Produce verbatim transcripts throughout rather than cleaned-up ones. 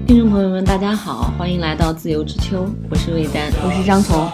听众朋友们大家好，欢迎来到自由之秋，我是魏丹，我是张彤。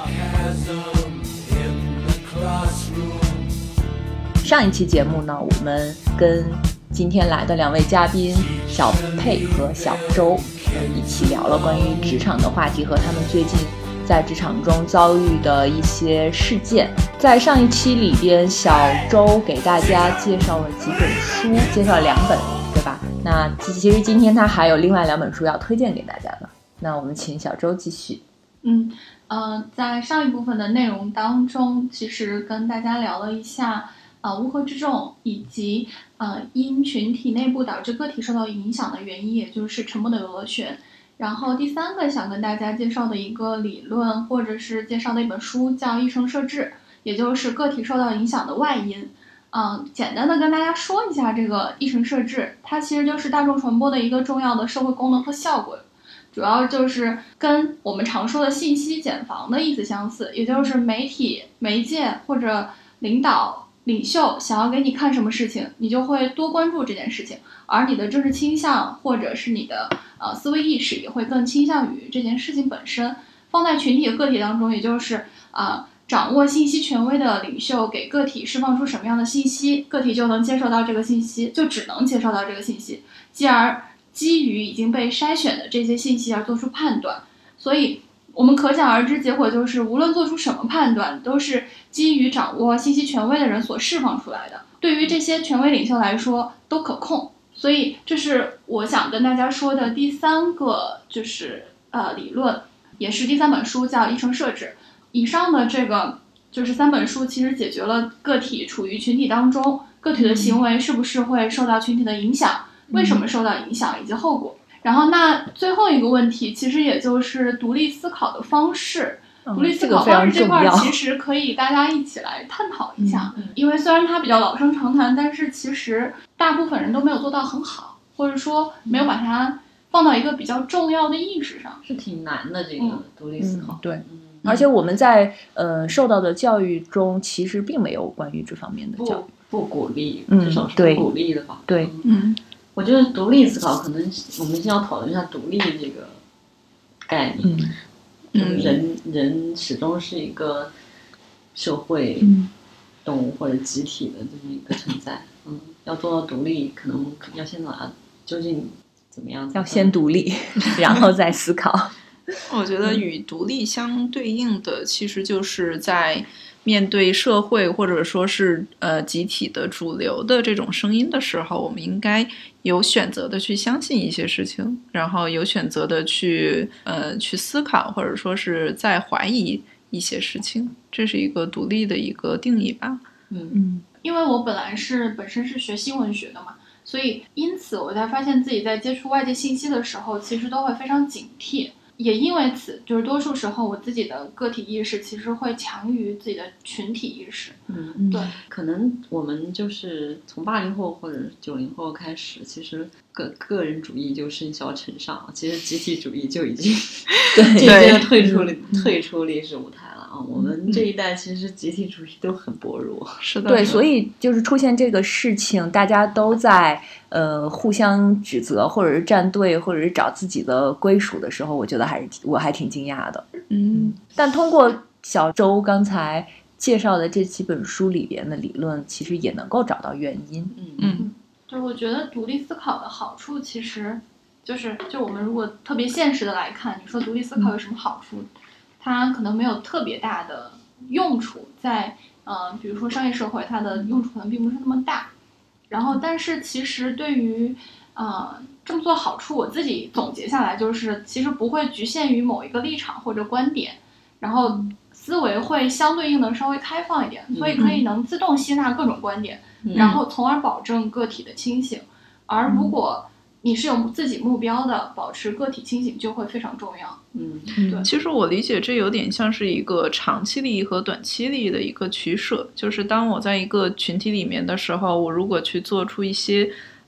上一期节目呢，我们跟今天来的两位嘉宾小佩和小周一起聊了关于职场的话题和他们最近在职场中遭遇的一些事件。在上一期里边，小周给大家介绍了几本书，介绍了两本，对吧？那其实今天他还有另外两本书要推荐给大家的。那我们请小周继续。 嗯呃，在上一部分的内容当中，其实跟大家聊了一下呃乌合之众以及呃因群体内部导致个体受到影响的原因，也就是沉默的游乐圈。然后第三个想跟大家介绍的一个理论或者是介绍的一本书叫议程设置，也就是个体受到影响的外因。嗯，简单的跟大家说一下这个议程设置，它其实就是大众传播的一个重要的社会功能和效果，主要就是跟我们常说的信息茧房的意思相似，也就是媒体、媒介或者领导、领袖想要给你看什么事情，你就会多关注这件事情，而你的政治倾向或者是你的呃思维意识也会更倾向于这件事情本身。放在群体和个体当中，也就是啊。呃掌握信息权威的领袖给个体释放出什么样的信息，个体就能接受到这个信息，就只能接受到这个信息，继而基于已经被筛选的这些信息而做出判断。所以我们可想而知，结果就是无论做出什么判断，都是基于掌握信息权威的人所释放出来的，对于这些权威领袖来说都可控。所以这是我想跟大家说的第三个就是呃理论，也是第三本书，叫议程设置。以上的这个就是三本书，其实解决了个体处于群体当中，个体的行为是不是会受到群体的影响，为什么受到影响以及后果。然后那最后一个问题，其实也就是独立思考的方式。独立思考方式这块其实可以大家一起来探讨一下，嗯、因为虽然它比较老生常谈，但是其实大部分人都没有做到很好，或者说没有把它放到一个比较重要的意识上， 是挺难的这个独立思考。 嗯、对。而且我们在呃受到的教育中，其实并没有关于这方面的教育， 不不鼓励， 嗯， 至少是不鼓励的吧？ 对， 嗯， 我觉得独立思考，可能我们先要讨论一下独立这个概念。嗯，人人始终是一个社会动物或者集体的这么一个存在。嗯，要做到独立，可能要先把究竟怎么样？ 要先独立，然后再思考。 我觉得与独立相对应的，其实就是在面对社会或者说是呃集体的主流的这种声音的时候，我们应该有选择的去相信一些事情，然后有选择的去呃去思考，或者说是在怀疑一些事情。这是一个独立的一个定义吧。 嗯嗯，因为我本来是本身是学新闻学的嘛，所以因此我在发现自己在接触外界信息的时候，其实都会非常警惕。也因为此，就是多数时候我自己的个体意识其实会强于自己的群体意识。 嗯，对，可能我们就是从八零后或者九零后开始，其实个个人主义就甚嚣尘上，其实集体主义就已经对渐渐退出历、嗯、退出历史舞台了啊。我们这一代其实集体主义都很薄弱， 是的， 对，所以就是出现这个事情，大家都在呃互相指责，或者是站队，或者是找自己的归属的时候，我觉得还是我还挺惊讶的。 嗯， 但通过小周刚才介绍的这几本书里边的理论，其实也能够找到原因。 嗯嗯，就我觉得独立思考的好处，其实就是就我们如果特别现实的来看，你说独立思考有什么好处？嗯、它可能没有特别大的用处，在呃，比如说商业社会，它的用处可能并不是那么大。然后，但是其实对于呃这么做好处，我自己总结下来就是，其实不会局限于某一个立场或者观点，然后思维会相对应的稍微开放一点，所以可以能自动吸纳各种观点，嗯、然后从而保证个体的清醒。而如果你是有自己目标的，保持个体清醒就会非常重要。 嗯， 对。 其实我理解这有点像是一个长期利益和短期利益的一个取舍，就是当我在一个群体里面的时候，我如果去做出一些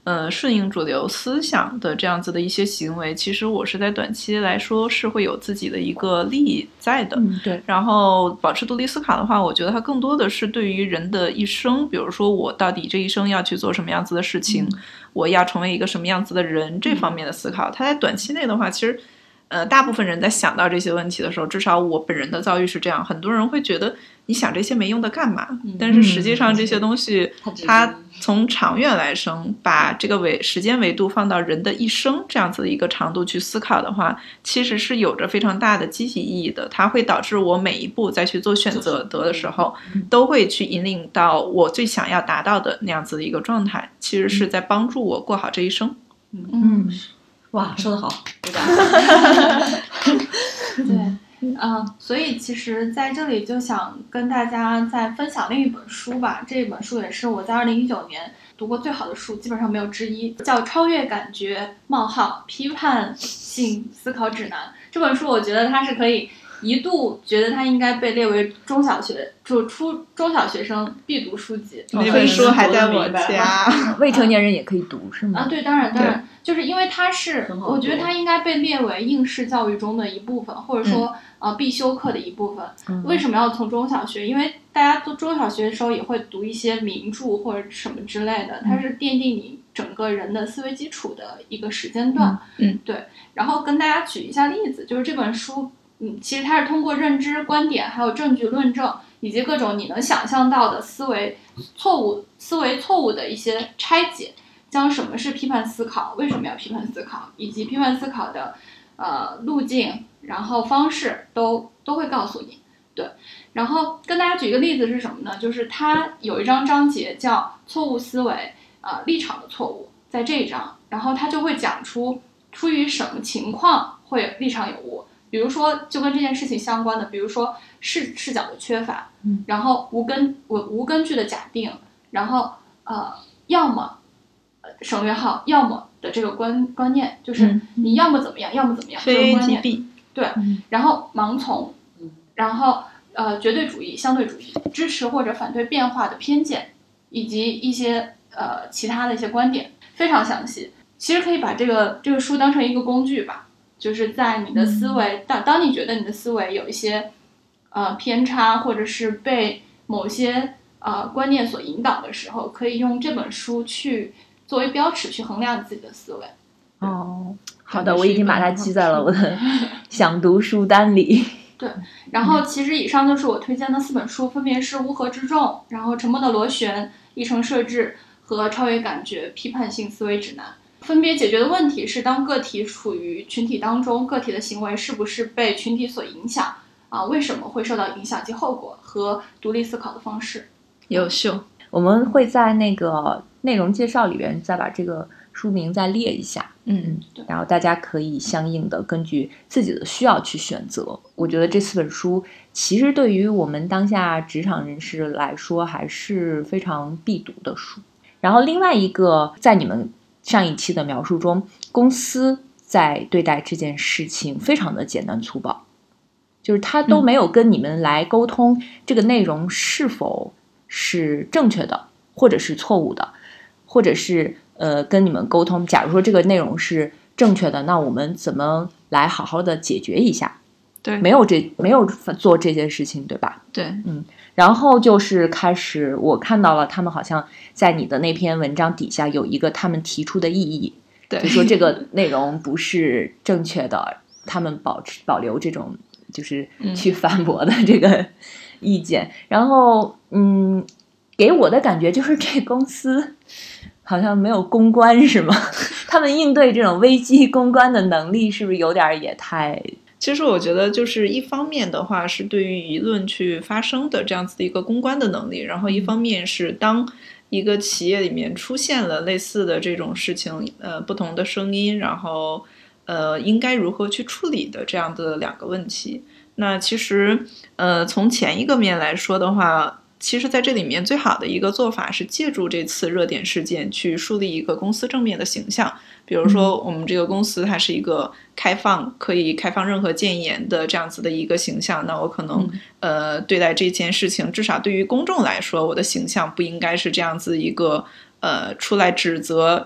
呃顺应主流思想的这样子的一些行为，其实我是在短期来说是会有自己的一个利益在的。 嗯，对。 然后保持独立思考的话，我觉得它更多的是对于人的一生，比如说我到底这一生要去做什么样子的事情，嗯、我要成为一个什么样子的人，这方面的思考。它在短期内的话，其实呃，大部分人在想到这些问题的时候，至少我本人的遭遇是这样，很多人会觉得你想这些没用的干嘛？嗯、但是实际上这些东西，嗯、它从长远来生，把这个维时间维度放到人的一生这样子的一个长度去思考的话，其实是有着非常大的积极意义的。它会导致我每一步再去做选择得的时候，都会去引领到我最想要达到的那样子的一个状态，其实是在帮助我过好这一生。 嗯。嗯，哇，说得好，鼓掌。 对，嗯、呃，所以其实在这里就想跟大家再分享另一本书吧。这本书也是我在二零一九年读过最好的书，基本上没有之一，叫《超越感觉：冒号批判性思考指南》。这本书我觉得它是可以一度觉得它应该被列为中小学就初中小学生必读书籍。 那本书还在我家， 未成年人也可以读是吗？ 啊，对，当然当然。就是因为它是，我觉得它应该被列为应试教育中的一部分，或者说、嗯、呃必修课的一部分、嗯。为什么要从中小学？因为大家都中小学的时候也会读一些名著或者什么之类的，它是奠定你整个人的思维基础的一个时间段。 嗯， 对。然后跟大家举一下例子，就是这本书，嗯，其实它是通过认知、观点，还有证据论证，以及各种你能想象到的思维错误、思维错误的一些拆解。将什么是批判思考，为什么要批判思考，以及批判思考的呃路径，然后方式都都会告诉你。对，然后跟大家举一个例子是什么呢？就是它有一章章节叫错误思维，呃立场的错误，在这一章，然后它就会讲出出于什么情况会立场有误，比如说就跟这件事情相关的，比如说视视角的缺乏，然后无根无无根据的假定，然后呃要么省略号要么的这个观观念，就是你要么怎么样、嗯、要么怎么样，这个观念对，然后盲从，然后呃绝对主义、相对主义，支持或者反对变化的偏见，以及一些呃其他的一些观点，非常详细。其实可以把这个这个书当成一个工具吧，就是在你的思维当当你觉得你的思维有一些呃偏差，或者是被某些呃观念所引导的时候，可以用这本书去作为标尺去衡量你自己的思维。 哦，好的，我已经把它记在了我的想读书单里。 对，然后其实以上就是我推荐的四本书，分别是《乌合之众》，然后《沉默的螺旋》、《议程设置》和《超越感觉：批判性思维指南》。分别解决的问题是，当个体处于群体当中，个体的行为是不是被群体所影响啊？为什么会受到影响及后果，和独立思考的方式。 优秀， 我们会在那个内容介绍里边再把这个书名再列一下， 嗯， 然后大家可以相应的根据自己的需要去选择。我觉得这四本书其实对于我们当下职场人士来说还是非常必读的书。然后另外一个，在你们上一期的描述中，公司在对待这件事情非常的简单粗暴，就是他都没有跟你们来沟通这个内容是否是正确的，或者是错误的，或者是呃跟你们沟通，假如说这个内容是正确的，那我们怎么来好好的解决一下？ 对， 没有这没有做这件事情，对吧？ 对， 嗯，然后就是开始，我看到了他们好像在你的那篇文章底下有一个他们提出的异议， 对， 就说这个内容不是正确的，他们保持保留这种就是去反驳的这个意见，嗯、然后嗯，给我的感觉就是这公司好像没有公关，是吗？他们应对这种危机公关的能力是不是有点也太…… 其实我觉得就是一方面的话是对于舆论去发声的这样子的一个公关的能力，然后一方面是当一个企业里面出现了类似的这种事情，呃，不同的声音，然后呃，应该如何去处理的这样的两个问题。那其实呃，从前一个面来说的话，其实在这里面最好的一个做法是借助这次热点事件去树立一个公司正面的形象。比如说我们这个公司它是一个开放可以开放任何建言的这样子的一个形象，那我可能、嗯、呃对待这件事情，至少对于公众来说，我的形象不应该是这样子一个呃出来指责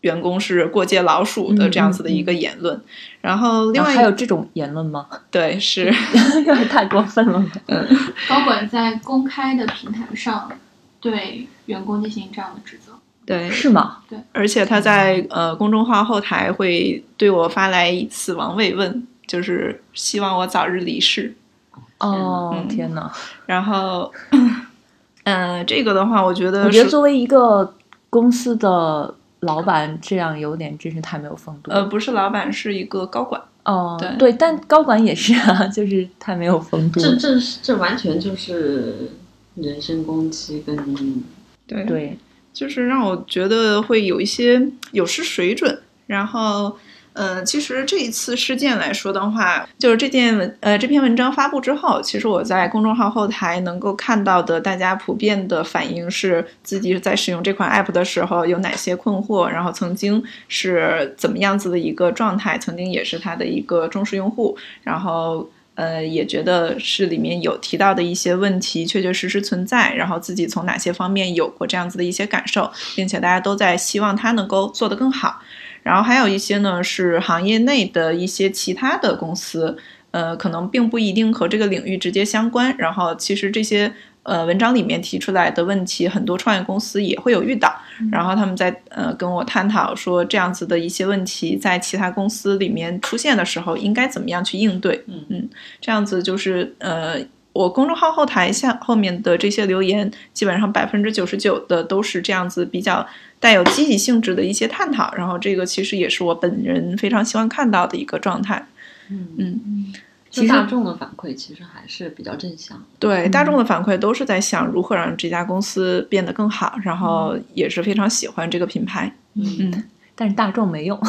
员工是过街老鼠的这样子的一个言论。嗯嗯嗯，然后另外、 啊、还有这种言论吗？ 对，是有点太过分了吧。 嗯， 高管在公开的平台上对员工进行这样的指责。 对， 是吗？ 对， 而且他在呃公众号后台会对我发来死亡慰问，就是希望我早日离世。 哦， 嗯、 天哪！ 然后，嗯、呃，这个的话，我觉得， 我觉得作为一个公司的老板，这样有点真是太没有风度了。 呃，不是老板，是一个高管。 哦， 对对，但高管也是啊，就是太没有风度了。 这这这完全就是人身攻击跟对对。 就是让我觉得会有一些有失水准。然后呃，其实这一次事件来说的话，就是这件文呃这篇文章发布之后，其实我在公众号后台能够看到的大家普遍的反应是自己在使用这款 app 的时候有哪些困惑，然后曾经是怎么样子的一个状态，曾经也是他的一个忠实用户，然后呃，也觉得是里面有提到的一些问题确确实实存在，然后自己从哪些方面有过这样子的一些感受，并且大家都在希望它能够做得更好。然后还有一些呢是行业内的一些其他的公司，呃，可能并不一定和这个领域直接相关，然后其实这些呃文章里面提出来的问题，很多创业公司也会有遇到，然后他们在呃跟我探讨说这样子的一些问题在其他公司里面出现的时候应该怎么样去应对。 嗯嗯，这样子就是呃我公众号后台下后面的这些留言，基本上百分之九十九的都是这样子比较带有积极性质的一些探讨，然后这个其实也是我本人非常希望看到的一个状态。 嗯嗯， 其实大众的反馈其实还是比较正向的。 对，大众的反馈都是在想如何让这家公司变得更好，然后也是非常喜欢这个品牌。 嗯嗯， 但是大众没用。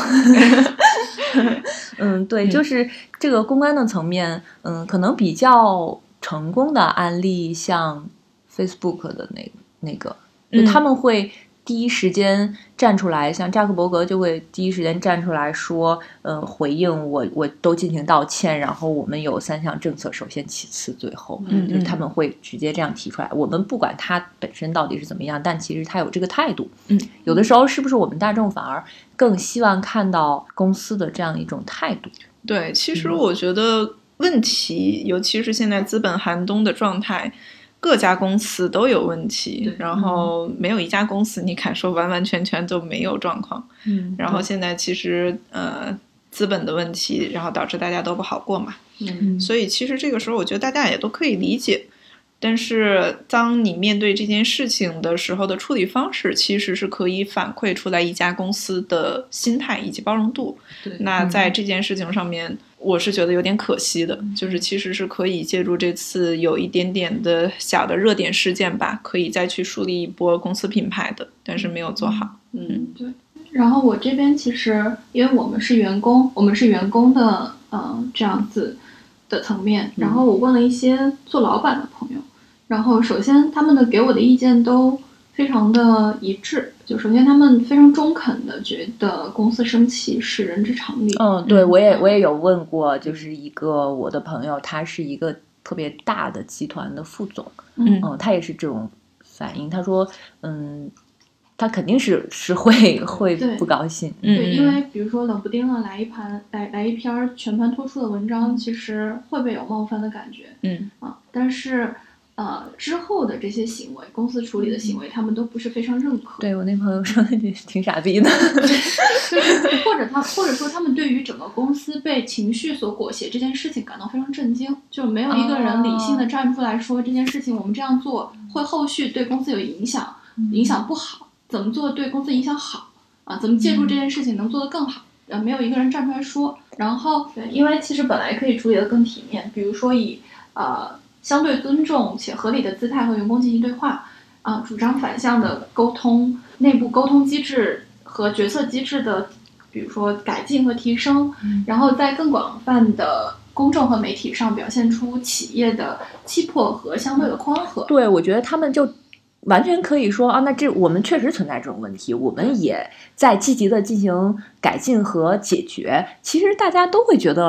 嗯，对，就是这个公关的层面，嗯，可能比较成功的案例，像 Facebook 的那那个，就他们会第一时间站出来，像扎克伯格就会第一时间站出来说，嗯、呃，回应我，我都进行道歉，然后我们有三项政策，首先其次最后， 嗯， 就是他们会直接这样提出来。我们不管他本身到底是怎么样，但其实他有这个态度。 嗯， 有的时候是不是我们大众反而更希望看到公司的这样一种态度？ 对，其实我觉得问题，尤其是现在资本寒冬的状态，各家公司都有问题，然后没有一家公司你敢说完完全全就没有状况。 嗯， 然后现在其实呃资本的问题，然后导致大家都不好过嘛。 嗯， 所以其实这个时候我觉得大家也都可以理解。但是当你面对这件事情的时候的处理方式，其实是可以反馈出来一家公司的心态以及包容度。 对， 那在这件事情上面，我是觉得有点可惜的，就是其实是可以借助这次有一点点的小的热点事件吧，可以再去树立一波公司品牌的，但是没有做好。 嗯， 对。然后我这边其实，因为我们是员工，我们是员工的，呃，这样子的层面。然后我问了一些做老板的朋友，然后首先他们的给我的意见都非常的一致。就首先他们非常中肯的觉得公司生气是人之常理。 嗯，对，我也我也有问过，就是一个我的朋友，他是一个特别大的集团的副总， 嗯嗯，他也是这种反应。他说，嗯，他肯定是是会会不高兴。 对，因为比如说冷不丁的来一盘来来一篇全盘托出的文章，其实会不会有冒犯的感觉？ 嗯啊，但是。呃，之后的这些行为，公司处理的行为，他们都不是非常认可。 对，我那朋友说挺傻逼的， 就是或者他或者说他们对于整个公司被情绪所裹挟这件事情感到非常震惊，就没有一个人理性的站出来说、哦、这件事情我们这样做会后续对公司有影响，影响不好，怎么做对公司影响好啊？怎么借助这件事情能做得更好？呃，没有一个人站出来说。然后对，因为其实本来可以处理得更体面，比如说以呃。相对尊重且合理的姿态和员工进行对话，啊、呃，主张反向的沟通，内部沟通机制和决策机制的，比如说改进和提升，嗯、然后在更广泛的公众和媒体上表现出企业的气魄和相对的宽和。 对，我觉得他们就完全可以说啊，那这我们确实存在这种问题，我们也在积极的进行改进和解决。其实大家都会觉得。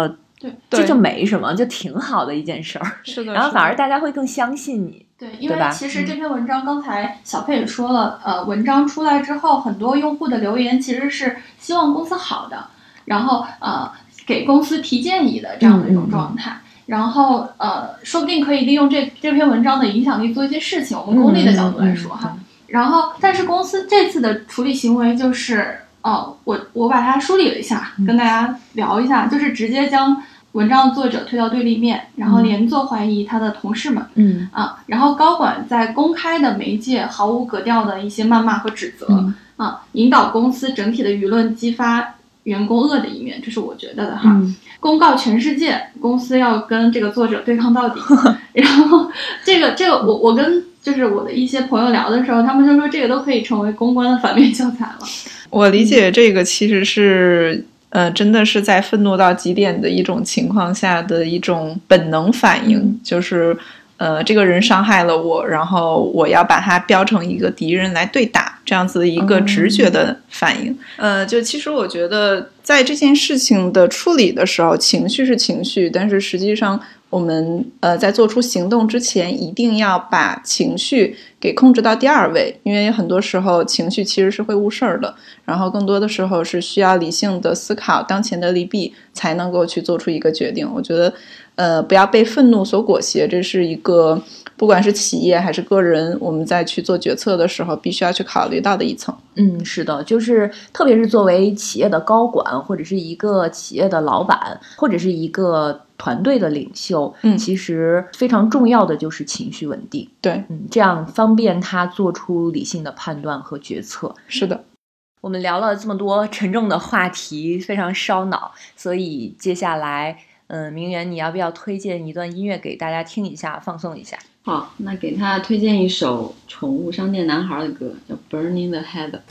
对， 这就没什么，就挺好的一件事儿。 是的， 然后反而大家会更相信你。 对，因为对吧其实这篇文章刚才小佩也说了，呃，文章出来之后，很多用户的留言其实是希望公司好的，然后呃给公司提建议的这样的一种状态。嗯嗯嗯，然后呃，说不定可以利用这这篇文章的影响力做一些事情。我们功利的角度来说哈，嗯嗯嗯，然后但是公司这次的处理行为就是，哦，我我把它梳理了一下，嗯，跟大家聊一下，就是直接将文章的作者推到对立面，然后连坐怀疑他的同事们，嗯啊，然后高管在公开的媒介毫无格调的一些谩骂和指责，嗯啊，引导公司整体的舆论，激发员工恶的一面，这是我觉得的哈。嗯，公告全世界，公司要跟这个作者对抗到底。然后这个这个我我跟就是我的一些朋友聊的时候，他们就说这个都可以成为公关的反面教材了。 我理解这个其实是呃，真的是在愤怒到极点的一种情况下的一种本能反应，嗯，就是呃，这个人伤害了我，然后我要把他标成一个敌人来对打，这样子的一个直觉的反应。嗯，呃，就其实我觉得在这件事情的处理的时候，情绪是情绪，但是实际上我们呃在做出行动之前，一定要把情绪给控制到第二位，因为很多时候情绪其实是会误事儿的，然后更多的时候是需要理性的思考当前的利弊，才能够去做出一个决定。我觉得呃，不要被愤怒所裹挟，这是一个不管是企业还是个人，我们在去做决策的时候必须要去考虑到的一层。 嗯，是的，就是特别是作为企业的高管，或者是一个企业的老板，或者是一个团队的领袖，嗯，其实非常重要的就是情绪稳定。 对， 嗯，这样方便他做出理性的判断和决策。 是的。 我们聊了这么多沉重的话题，非常烧脑，所以接下来嗯，明媛，你要不要推荐一段音乐给大家听一下，放松一下？ 好，那给他推荐一首宠物商店男孩的歌，叫 Burning the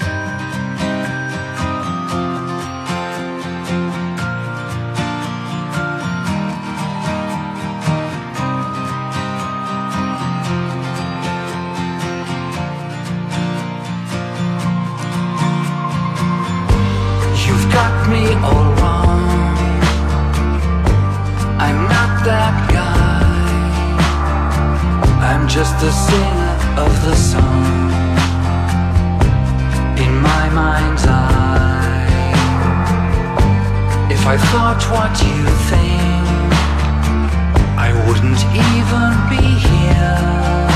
Heather。You've got me all wrong. I'm not that guy. I'm just the singer of the song in my mind's eye. If I thought what you think, I wouldn't even be here.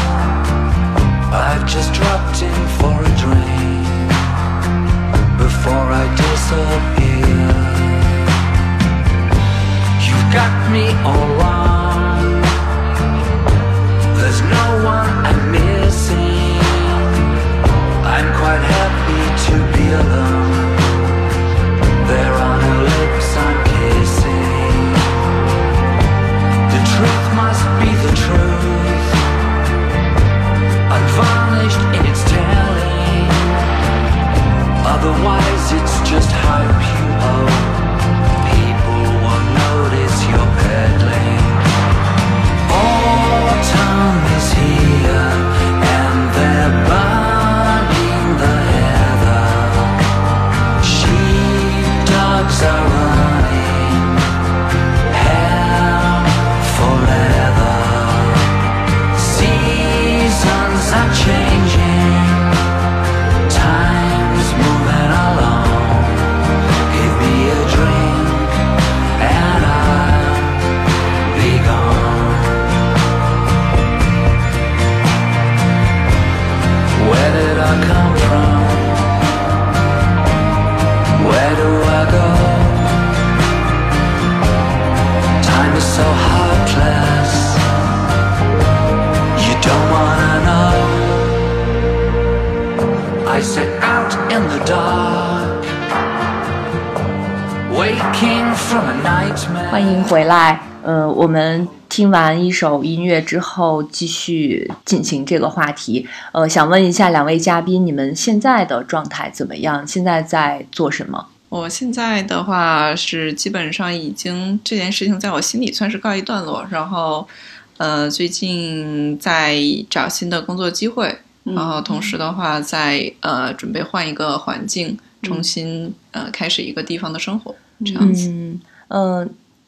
I've just dropped in for a drink before I disappear. You've got me all wrong. There's no one I'm missing. I'm quite happy to be alone. There are no lips I'm kissing. The truth must be the truth, unvarnished in its telling. Otherwise it's just hype you owe. People won't notice you're peddling. Autumn is here and they're burning the heather. Sheepdogs are running hell for leather. Seasons are changing, time's moving along. Give me a drink and I'll be gone. Where did I come from? Where do I go? Time is so heartless. You don't wanna know. I set out in the dark, waking from a nightmare. 欢迎回来。呃，我们听完一首音乐之后，继续进行这个话题。呃，想问一下两位嘉宾，你们现在的状态怎么样？现在在做什么？ 我现在的话是基本上已经这件事情在我心里算是告一段落，然后呃，最近在找新的工作机会，然后同时的话在呃准备换一个环境，重新呃开始一个地方的生活，这样子。 嗯，呃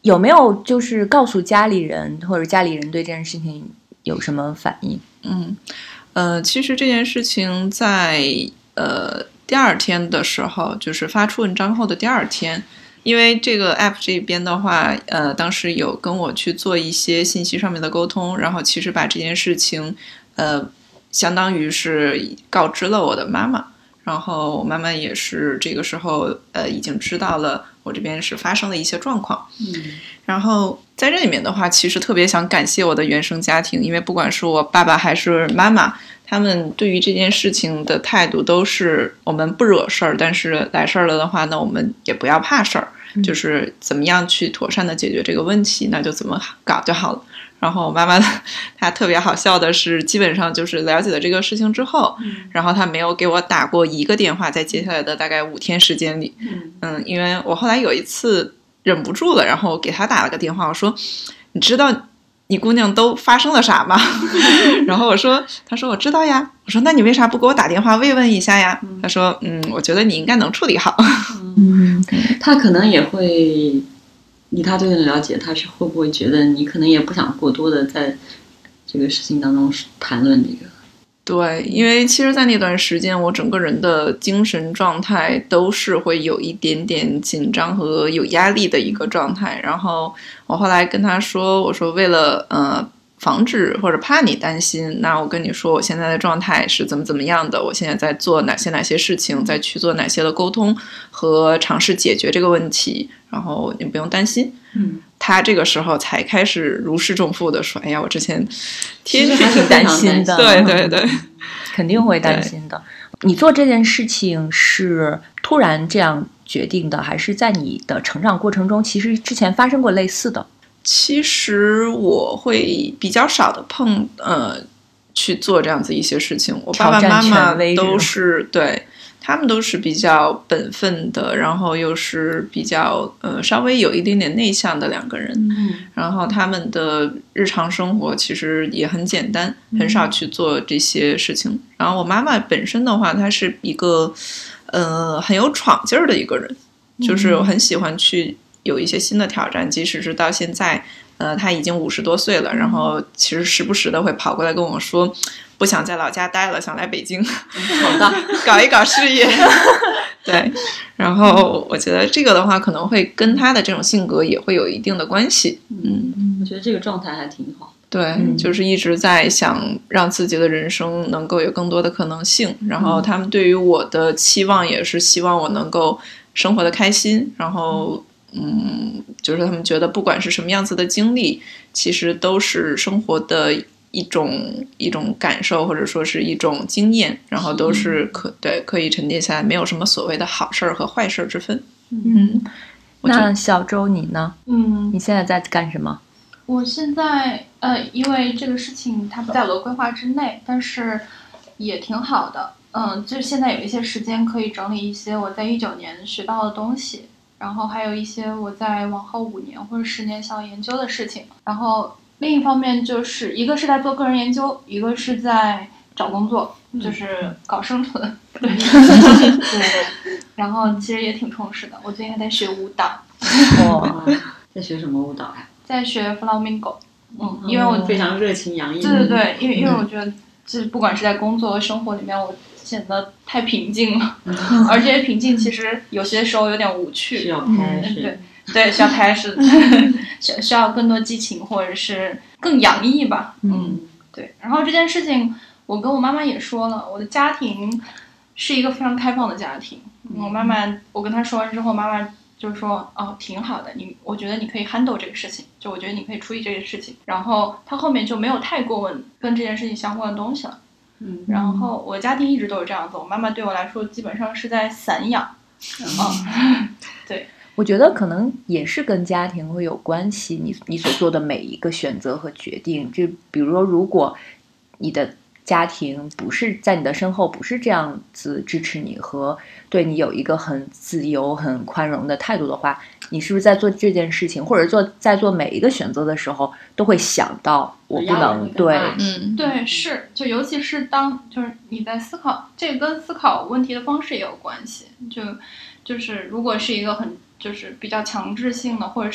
有没有就是告诉家里人，或者家里人对这件事情有什么反应？ 嗯，呃，其实这件事情在呃第二天的时候，就是发出文章后的第二天，因为这个 app 这边的话，呃，当时有跟我去做一些信息上面的沟通，然后其实把这件事情，呃，相当于是告知了我的妈妈。然后我妈妈也是这个时候呃已经知道了我这边是发生了一些状况， 嗯， 然后在这里面的话，其实特别想感谢我的原生家庭，因为不管是我爸爸还是妈妈，他们对于这件事情的态度都是我们不惹事儿，但是来事儿了的话呢，我们也不要怕事儿，就是怎么样去妥善的解决这个问题，那就怎么搞就好了。然后我妈妈她特别好笑的是，基本上就是了解了这个事情之后，嗯、然后她没有给我打过一个电话，在接下来的大概五天时间里，嗯, 嗯，因为我后来有一次忍不住了，然后我给她打了个电话，我说你知道你姑娘都发生了啥吗？然后我说，她说我知道呀。我说那你为啥不给我打电话慰问一下呀？嗯、她说嗯，我觉得你应该能处理好。 嗯，她可能也会。以他对你的了解，他是会不会觉得你可能也不想过多的在这个事情当中谈论这个？ 对，因为其实在那段时间我整个人的精神状态都是会有一点点紧张和有压力的一个状态。然后我后来跟他说，我说为了呃防止或者怕你担心，那我跟你说我现在的状态是怎么怎么样的，我现在在做哪些哪些事情，在去做哪些的沟通和尝试解决这个问题，然后你不用担心。 嗯， 他这个时候才开始如释重负的说，哎呀，我之前其实还挺担心的， 对对对， 肯定会担心的。你做这件事情是突然这样决定的，还是在你的成长过程中其实之前发生过类似的？ 其实我会比较少的碰呃去做这样子一些事情，我爸爸妈妈都是对他们都是比较本分的，然后又是比较呃稍微有一点点内向的两个人， 嗯， 然后他们的日常生活其实也很简单，很少去做这些事情。然后我妈妈本身的话，她是一个呃很有闯劲儿的一个人，就是我很喜欢去有一些新的挑战，即使是到现在呃他已经五十多岁了，然后其实时不时的会跑过来跟我说不想在老家待了，想来北京好的搞一搞事业对，然后我觉得这个的话可能会跟他的这种性格也会有一定的关系。 嗯，我觉得这个状态还挺好。 对、嗯、就是一直在想让自己的人生能够有更多的可能性，然后他们对于我的期望也是希望我能够生活的开心，然后嗯，就是他们觉得不管是什么样子的经历，其实都是生活的一种一种感受，或者说是一种经验，然后都是可对可以沉淀下来，没有什么所谓的好事儿和坏事儿之分。 嗯，那小周你呢？ 嗯， 你现在在干什么？ 我现在呃，因为这个事情它不在我的规划之内，但是也挺好的。嗯，就是现在有一些时间可以整理一些我在一九年学到的东西，然后还有一些我在往后五年或者十年想研究的事情。然后另一方面就是一个是在做个人研究，一个是在找工作，就是搞生存。对对，然后其实也挺充实的。我最近还在学舞蹈。 哦，在学什么舞蹈呀？ 在学 Flamingo。嗯，因为我非常热情洋溢。 对对对，因为因为我觉得，就是不管是在工作和生活里面，我显得太平静了，嗯、而这些平静其实有些时候有点无趣， 需要拍摄、嗯， 对对，需要拍摄，需需要更多激情或者是更洋溢吧，嗯，对。然后这件事情，我跟我妈妈也说了，我的家庭是一个非常开放的家庭。嗯、我妈妈，我跟她说完之后，妈妈就说哦，挺好的，你我觉得你可以 handle 这个事情，就我觉得你可以处理这个事情。然后她后面就没有太过问跟这件事情相关的东西了。 嗯， 然后我家庭一直都是这样子，我妈妈对我来说基本上是在散养。嗯，对， 我觉得可能也是跟家庭会有关系，你你所做的每一个选择和决定，就比如说，如果你的家庭不是在你的身后，不是这样子支持你和对你有一个很自由、很宽容的态度的话，你是不是在做这件事情，或者做在做每一个选择的时候，都会想到我不能对， 嗯，对，是，就尤其是当就是你在思考，这个跟思考问题的方式也有关系，就就是如果是一个很就是比较强制性的，或者是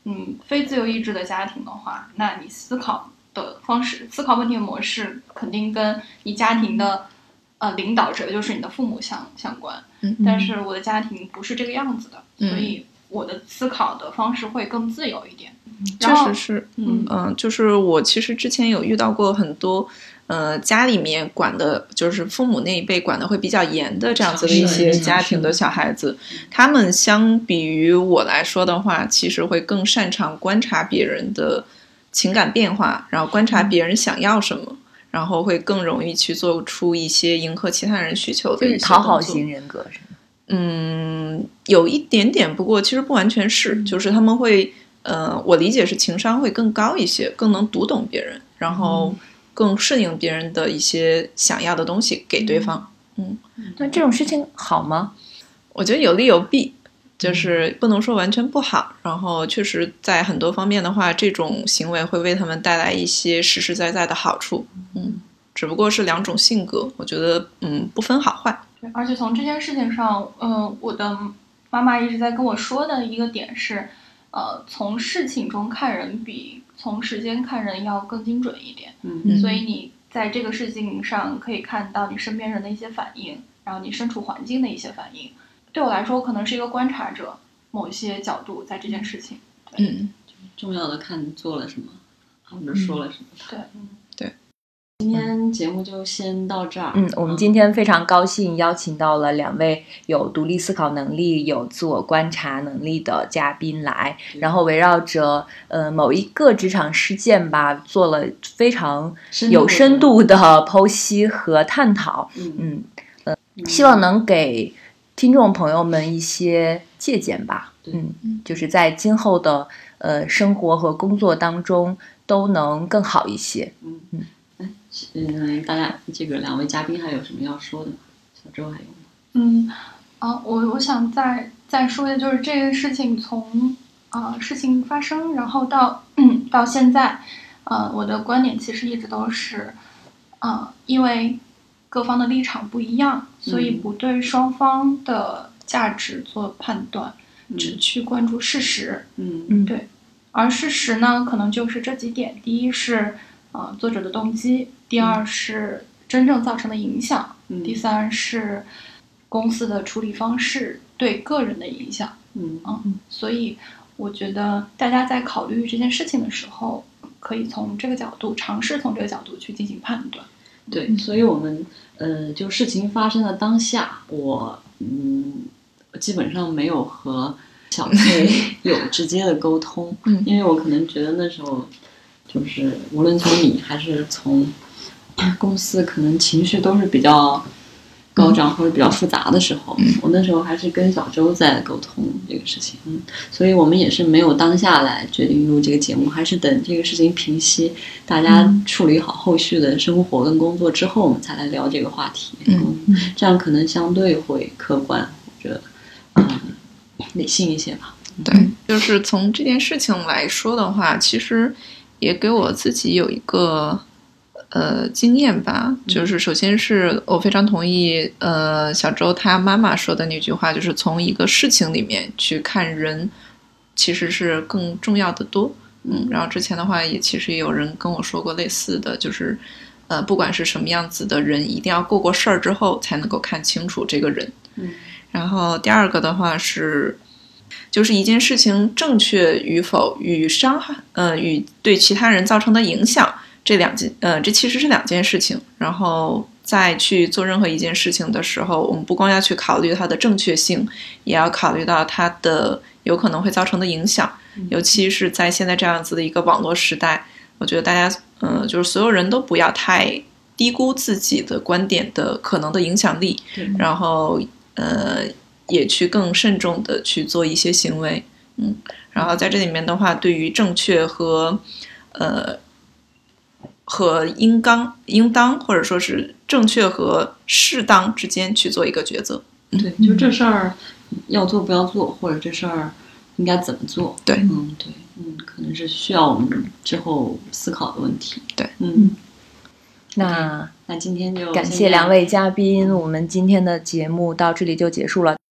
嗯非自由意志的家庭的话，那你思考的方式、思考问题的模式肯定跟你家庭的呃领导者，就是你的父母相相关。 嗯， 但是我的家庭不是这个样子的， 嗯、 所以我的思考的方式会更自由一点。 确实是，嗯嗯、呃，就是我其实之前有遇到过很多。呃，家里面管的就是父母那一辈管的会比较严的这样子的一些家庭的小孩子，他们相比于我来说的话，其实会更擅长观察别人的情感变化，然后观察别人想要什么，嗯、然后会更容易去做出一些迎合其他人需求的一些就是讨好型人格是吗？ 嗯，有一点点，不过其实不完全是，嗯、就是他们会，呃，我理解是情商会更高一些，更能读懂别人，然后。嗯更适应别人的一些想要的东西给对方。嗯， 那这种事情好吗？ 我觉得有利有弊，就是不能说完全不好。然后确实在很多方面的话，这种行为会为他们带来一些实实在在的好处。嗯，只不过是两种性格，我觉得嗯不分好坏。 对，而且从这件事情上，嗯、呃，我的妈妈一直在跟我说的一个点是，呃，从事情中看人比从时间看人要更精准一点。 嗯， 所以你在这个事情上可以看到你身边人的一些反应，然后你身处环境的一些反应。对我来说，我可能是一个观察者，某一些角度在这件事情。 嗯， 重要的看你做了什么，或者说了什么。 对， 嗯， 对。 今天节目就先到这儿。 嗯，我们今天非常高兴邀请到了两位有独立思考能力、有自我观察能力的嘉宾来，然后围绕着呃某一个职场事件吧，做了非常有深度的剖析和探讨。 嗯嗯呃，希望能给听众朋友们一些借鉴吧。嗯，就是在今后的呃生活和工作当中都能更好一些。 嗯嗯。嗯，大家这个两位嘉宾还有什么要说的吗？小周还有吗？ 嗯，啊，我我想再再说的就是这个事情从啊、呃、事情发生，然后到嗯到现在，呃，我的观点其实一直都是，啊、呃，因为各方的立场不一样，所以不对双方的价值做判断， 嗯、 只去关注事实。 嗯嗯，对。而事实呢，可能就是这几点：第一是。呃，作者的动机，第二是真正造成的影响， 嗯、 第三是公司的处理方式对个人的影响。 嗯嗯，所以我觉得大家在考虑这件事情的时候，可以从这个角度尝试从这个角度去进行判断。 对，所以我们呃，就事情发生的当下，我嗯，基本上没有和小佩有直接的沟通， 嗯， 因为我可能觉得那时候。就是无论从你还是从公司，可能情绪都是比较高涨或者比较复杂的时候， 嗯、 我那时候还是跟小周在沟通这个事情，嗯，所以我们也是没有当下来决定录这个节目，还是等这个事情平息，大家处理好后续的生活跟工作之后，我们才来聊这个话题， 嗯， 嗯这样可能相对会客观或者嗯理性一些吧。 对，就是从这件事情来说的话，其实。也给我自己有一个呃经验吧，就是首先是我非常同意呃小周他妈妈说的那句话，就是从一个事情里面去看人，其实是更重要的多。嗯，然后之前的话也其实也有人跟我说过类似的，就是呃不管是什么样子的人，一定要过过事儿之后才能够看清楚这个人。 嗯， 然后第二个的话是。就是一件事情正确与否与伤害，呃，与对其他人造成的影响，这两件，呃，这其实是两件事情。然后在去做任何一件事情的时候，我们不光要去考虑它的正确性，也要考虑到它的有可能会造成的影响。尤其是在现在这样子的一个网络时代，我觉得大家，呃，就是所有人都不要太低估自己的观点的可能的影响力，然后，呃。也去更慎重的去做一些行为，嗯，然后在这里面的话，对于正确和呃和应当应当或者说是正确和适当之间去做一个抉择。 对，就这事儿要做不要做，或者这事儿应该怎么做？ 对， 嗯，对，嗯，可能是需要我们之后思考的问题。 对， 嗯， 那那今天就感谢两位嘉宾，我们今天的节目到这里就结束了。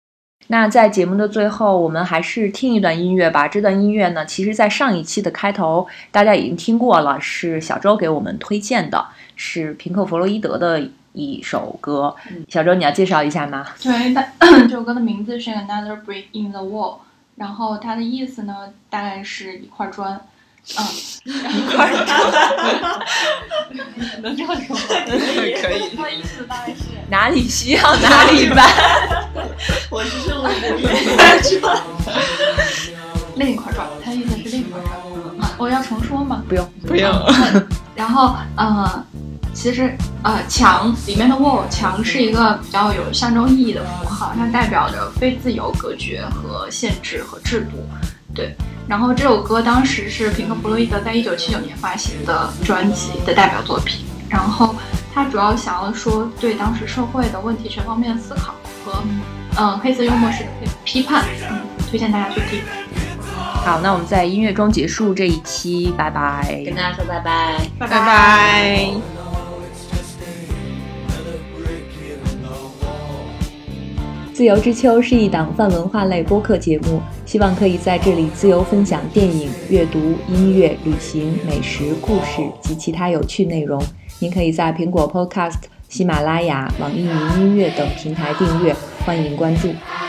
那在节目的最后，我们还是听一段音乐吧。这段音乐呢，其实在上一期的开头大家已经听过了，是小周给我们推荐的，是平克·弗洛伊德的一首歌。小周，你要介绍一下吗？ 对，这首歌的名字是 Another Brick in the Wall， 然后它的意思呢，大概是一块砖。嗯， 一块砖， 能这样说吗？ 可以。 它的意思大概是哪里需要哪里搬。 我是这么理解。 另一块砖，它的意思是另一块砖。啊，我要重说吗？ 不用， 不用。 然后呃，其实呃，墙里面的 wall 墙是一个比较有象征意义的符号，它代表着非自由、隔绝和限制和制度。对，然后这首歌当时是平克·弗洛伊德在一九七九年发行的专辑的代表作品，然后他主要想要说对当时社会的问题全方面思考和嗯、呃、黑色幽默式的批判，嗯，推荐大家去听。 好，那我们在音乐中结束这一期，拜拜， 跟大家说拜拜， 拜拜拜。 自由之秋是一档泛文化类播客节目，希望可以在这里自由分享电影、阅读、音乐、旅行、美食、故事及其他有趣内容。您可以在苹果 Podcast、喜马拉雅、网易云音乐等平台订阅，欢迎关注。